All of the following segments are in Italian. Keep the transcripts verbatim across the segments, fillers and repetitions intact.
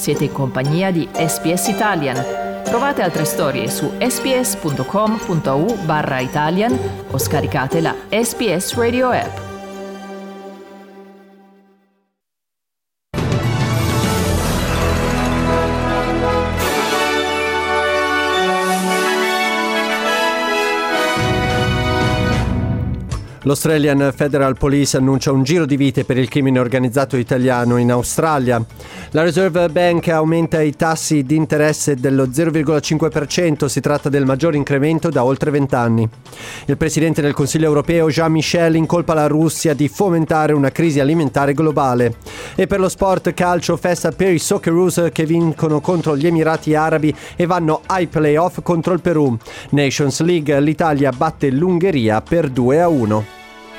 Siete in compagnia di S B S Italian. Trovate altre storie su sbs.com.au barra Italian o scaricate la S B S Radio app. L'Australian Federal Police annuncia un giro di vite per il crimine organizzato italiano in Australia. La Reserve Bank aumenta i tassi di interesse dello zero virgola cinque per cento, si tratta del maggior incremento da oltre vent'anni. Il presidente del Consiglio europeo Jean Michel incolpa la Russia di fomentare una crisi alimentare globale. E per lo sport calcio, festa per i Socceroos che vincono contro gli Emirati Arabi e vanno ai playoff contro il Perù. Nations League, l'Italia batte l'Ungheria per due a uno.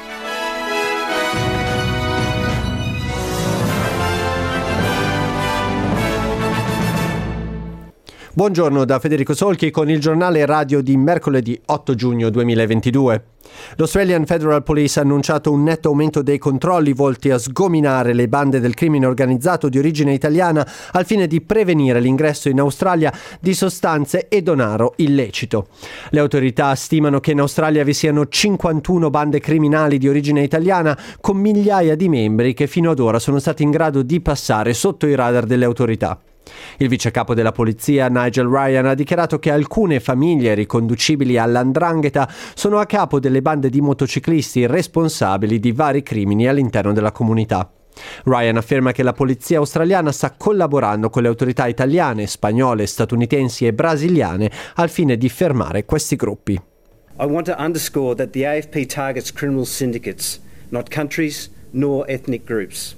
Buongiorno da Federico Solchi con il giornale radio di mercoledì otto giugno duemilaventidue. L'Australian Federal Police ha annunciato un netto aumento dei controlli volti a sgominare le bande del crimine organizzato di origine italiana al fine di prevenire l'ingresso in Australia di sostanze e denaro illecito. Le autorità stimano che in Australia vi siano cinquantuno bande criminali di origine italiana con migliaia di membri che fino ad ora sono stati in grado di passare sotto i radar delle autorità. Il vicecapo della polizia Nigel Ryan ha dichiarato che alcune famiglie riconducibili all'andrangheta sono a capo delle bande di motociclisti responsabili di vari crimini all'interno della comunità. Ryan afferma che la polizia australiana sta collaborando con le autorità italiane, spagnole, statunitensi e brasiliane al fine di fermare questi gruppi. I want to underscore that the A F P targets criminal syndicates, not countries nor ethnic groups.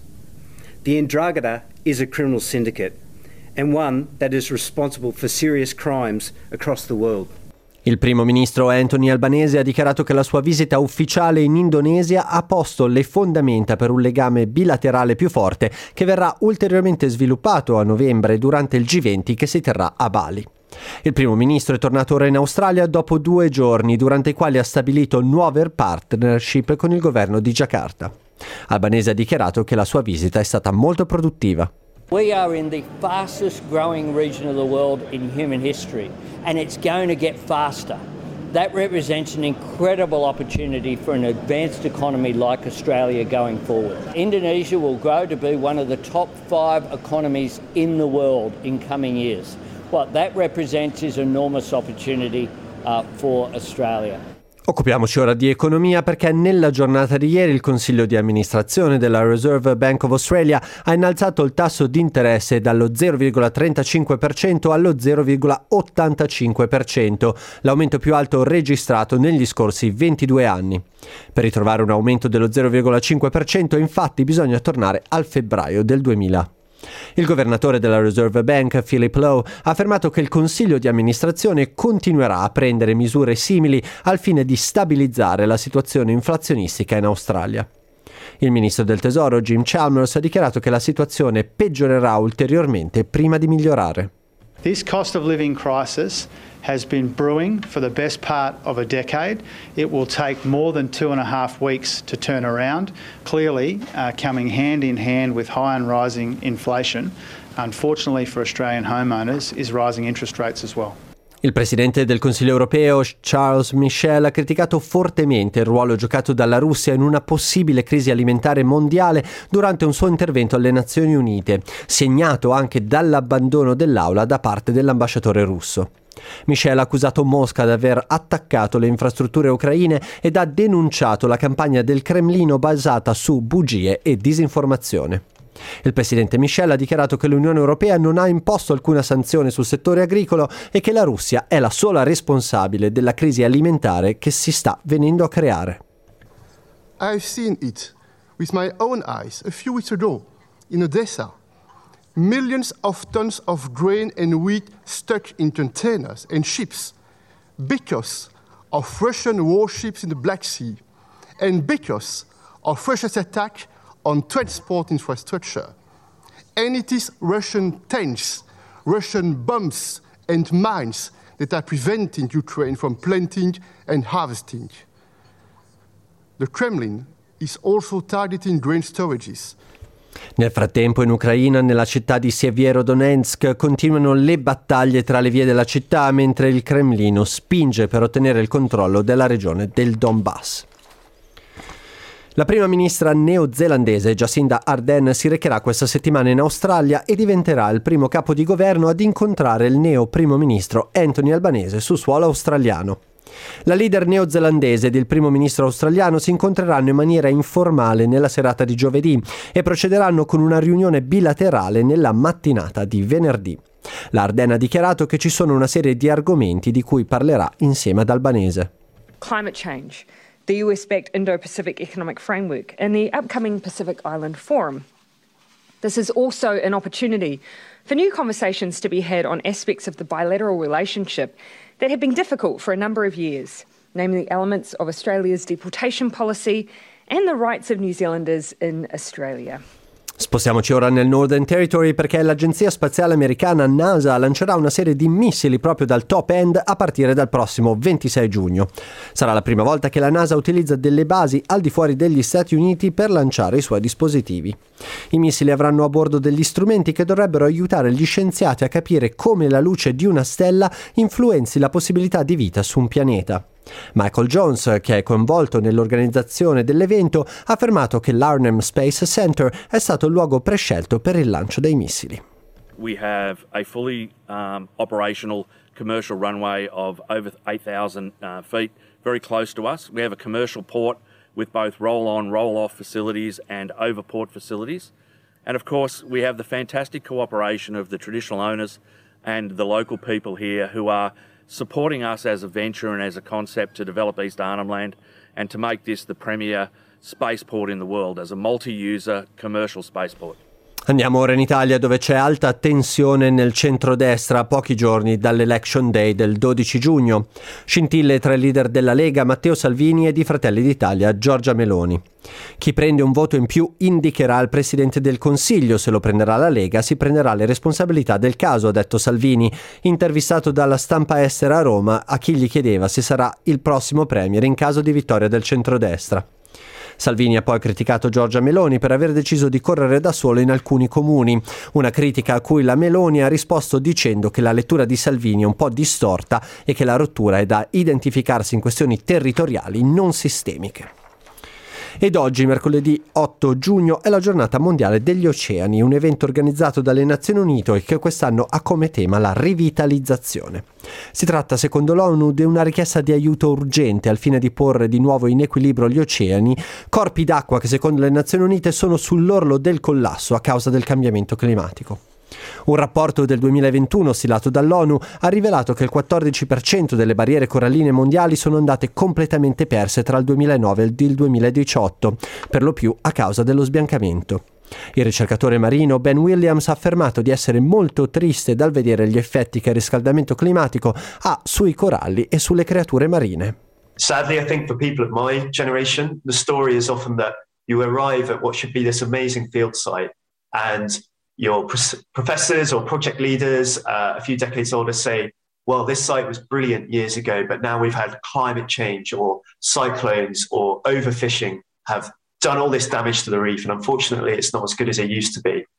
The Ndrangheta is a criminal syndicate and one that is responsible for serious crimes across the world. Il primo ministro Anthony Albanese ha dichiarato che la sua visita ufficiale in Indonesia ha posto le fondamenta per un legame bilaterale più forte che verrà ulteriormente sviluppato a novembre durante il G venti che si terrà a Bali. Il primo ministro è tornato ora in Australia dopo due giorni durante i quali ha stabilito nuove partnership con il governo di Giacarta. Albanese ha dichiarato che la sua visita è stata molto produttiva. We are in the fastest growing region of the world in human history, and it's going to get faster. That represents an incredible opportunity for an advanced economy like Australia going forward. Indonesia will grow to be one of the top five economies in the world in coming years. What that represents is enormous opportunity uh, for Australia. Occupiamoci ora di economia perché nella giornata di ieri il Consiglio di amministrazione della Reserve Bank of Australia ha innalzato il tasso di interesse dallo zero virgola trentacinque per cento allo zero virgola ottantacinque per cento, l'aumento più alto registrato negli scorsi ventidue anni. Per ritrovare un aumento dello zero virgola cinque per cento infatti bisogna tornare al febbraio del duemila. Il governatore della Reserve Bank, Philip Lowe, ha affermato che il Consiglio di amministrazione continuerà a prendere misure simili al fine di stabilizzare la situazione inflazionistica in Australia. Il ministro del Tesoro, Jim Chalmers, ha dichiarato che la situazione peggiorerà ulteriormente prima di migliorare. This cost of living crisis has been brewing for the best part of a decade. It will take more than two and a half weeks to turn around, clearly uh, coming hand in hand with high and rising inflation. Unfortunately for Australian homeowners, is rising interest rates as well. Il presidente del Consiglio europeo, Charles Michel, ha criticato fortemente il ruolo giocato dalla Russia in una possibile crisi alimentare mondiale durante un suo intervento alle Nazioni Unite, segnato anche dall'abbandono dell'aula da parte dell'ambasciatore russo. Michel ha accusato Mosca di aver attaccato le infrastrutture ucraine ed ha denunciato la campagna del Cremlino basata su bugie e disinformazione. Il presidente Michel ha dichiarato che l'Unione Europea non ha imposto alcuna sanzione sul settore agricolo e che la Russia è la sola responsabile della crisi alimentare che si sta venendo a creare. I've seen it with my own eyes a few weeks ago in Odessa. Millions of tons of grain and wheat stuck in containers and ships because of Russian warships in the Black Sea and because of Russia's attack on transport infrastructure. And it is Russian tanks, Russian bombs and mines that are preventing Ukraine from planting and harvesting. The Kremlin is also targeting grain storages. Nel frattempo in Ucraina, nella città di Sievierodonetsk, continuano le battaglie tra le vie della città mentre il Cremlino spinge per ottenere il controllo della regione del Donbass. La prima ministra neozelandese Jacinda Ardern si recherà questa settimana in Australia e diventerà il primo capo di governo ad incontrare il neo primo ministro Anthony Albanese su suolo australiano. La leader neozelandese ed il primo ministro australiano si incontreranno in maniera informale nella serata di giovedì e procederanno con una riunione bilaterale nella mattinata di venerdì. La Ardern ha dichiarato che ci sono una serie di argomenti di cui parlerà insieme ad Albanese. Climate change, the U S-backed Indo-Pacific Economic Framework, and the upcoming Pacific Island Forum. This is also an opportunity for new conversations to be had on aspects of the bilateral relationship that have been difficult for a number of years, namely elements of Australia's deportation policy and the rights of New Zealanders in Australia. Spostiamoci ora nel Northern Territory perché l'agenzia spaziale americana NASA lancerà una serie di missili proprio dal top end a partire dal prossimo ventisei giugno. Sarà la prima volta che la NASA utilizza delle basi al di fuori degli Stati Uniti per lanciare i suoi dispositivi. I missili avranno a bordo degli strumenti che dovrebbero aiutare gli scienziati a capire come la luce di una stella influenzi la possibilità di vita su un pianeta. Michael Jones, che è coinvolto nell'organizzazione dell'evento, ha affermato che l'Arnhem Space Center è stato il luogo prescelto per il lancio dei missili. We have a fully um, operational commercial runway of over eight thousand uh, feet, very close to us. We have a commercial port with both roll-on, roll-off facilities and overport facilities. And of course, we have the fantastic cooperation of the traditional owners and the local people here who are supporting us as a venture and as a concept to develop East Arnhem Land and to make this the premier spaceport in the world as a multi-user commercial spaceport. Andiamo ora in Italia dove c'è alta tensione nel centrodestra a pochi giorni dall'Election Day del dodici giugno. Scintille tra i leader della Lega Matteo Salvini e di Fratelli d'Italia Giorgia Meloni. Chi prende un voto in più indicherà il Presidente del Consiglio, se lo prenderà la Lega si prenderà le responsabilità del caso, ha detto Salvini, intervistato dalla Stampa Estera a Roma a chi gli chiedeva se sarà il prossimo premier in caso di vittoria del centrodestra. Salvini ha poi criticato Giorgia Meloni per aver deciso di correre da solo in alcuni comuni, una critica a cui la Meloni ha risposto dicendo che la lettura di Salvini è un po' distorta e che la rottura è da identificarsi in questioni territoriali non sistemiche. Ed oggi, mercoledì otto giugno, è la giornata mondiale degli oceani, un evento organizzato dalle Nazioni Unite e che quest'anno ha come tema la rivitalizzazione. Si tratta, secondo l'ONU, di una richiesta di aiuto urgente al fine di porre di nuovo in equilibrio gli oceani, corpi d'acqua che secondo le Nazioni Unite sono sull'orlo del collasso a causa del cambiamento climatico. Un rapporto del duemilaventuno stilato dall'ONU ha rivelato che il quattordici per cento delle barriere coralline mondiali sono andate completamente perse tra il duemilanove e il duemiladiciotto, per lo più a causa dello sbiancamento. Il ricercatore marino Ben Williams ha affermato di essere molto triste dal vedere gli effetti che il riscaldamento climatico ha sui coralli e sulle creature marine. Sadly, I think for people of my generation, the story is often that you arrive at what should be this amazing field site and your pro- professors or project leaders uh, a few decades older say, well, this site was brilliant years ago, but now we've had climate change or cyclones or overfishing have done all this damage to the reef, and unfortunately it's not as good as it used to be.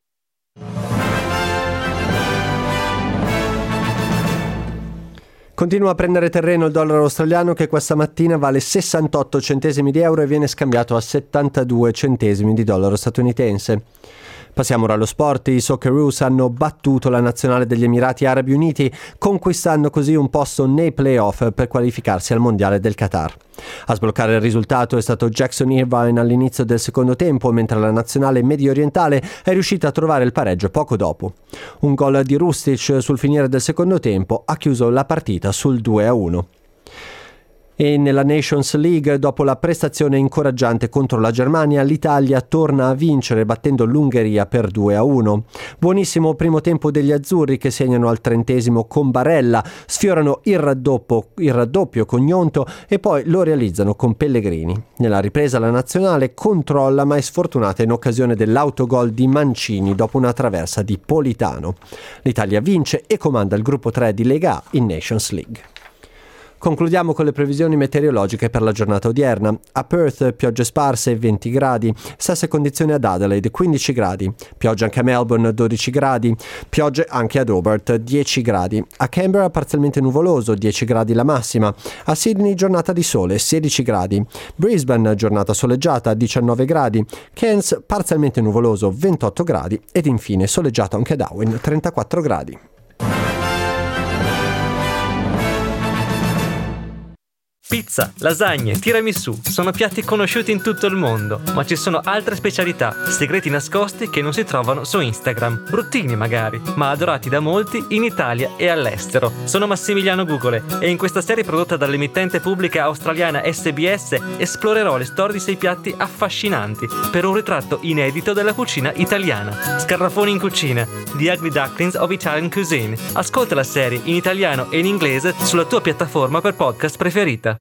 Continua a prendere terreno il dollaro australiano che questa mattina vale sessantotto centesimi di euro e viene scambiato a settantadue centesimi di dollaro statunitense. Passiamo ora allo sport. I Socceroos hanno battuto la nazionale degli Emirati Arabi Uniti, conquistando così un posto nei play-off per qualificarsi al Mondiale del Qatar. A sbloccare il risultato è stato Jackson Irvine all'inizio del secondo tempo, mentre la nazionale medio orientale è riuscita a trovare il pareggio poco dopo. Un gol di Rustic sul finire del secondo tempo ha chiuso la partita sul due a uno. E nella Nations League, dopo la prestazione incoraggiante contro la Germania, l'Italia torna a vincere battendo l'Ungheria per due a uno. Buonissimo primo tempo degli azzurri che segnano al trentesimo con Barella, sfiorano il raddoppio, il raddoppio con Gnonto e poi lo realizzano con Pellegrini. Nella ripresa la nazionale controlla ma è sfortunata in occasione dell'autogol di Mancini dopo una traversa di Politano. L'Italia vince e comanda il gruppo tre di Lega A in Nations League. Concludiamo con le previsioni meteorologiche per la giornata odierna. A Perth piogge sparse venti gradi, stesse condizioni ad Adelaide quindici gradi, pioggia anche a Melbourne dodici gradi, piogge anche ad Hobart dieci gradi, a Canberra parzialmente nuvoloso dieci gradi la massima, a Sydney giornata di sole sedici gradi, Brisbane giornata soleggiata diciannove gradi, Cairns parzialmente nuvoloso ventotto gradi ed infine soleggiato anche a Darwin trentaquattro gradi. Pizza, lasagne, tiramisù sono piatti conosciuti in tutto il mondo, ma ci sono altre specialità, segreti nascosti che non si trovano su Instagram, bruttini magari, ma adorati da molti in Italia e all'estero. Sono Massimiliano Gugole e in questa serie prodotta dall'emittente pubblica australiana S B S esplorerò le storie di sei piatti affascinanti per un ritratto inedito della cucina italiana. Scarafoni in cucina, The Ugly Ducklings of Italian Cuisine. Ascolta la serie in italiano e in inglese sulla tua piattaforma per podcast preferita.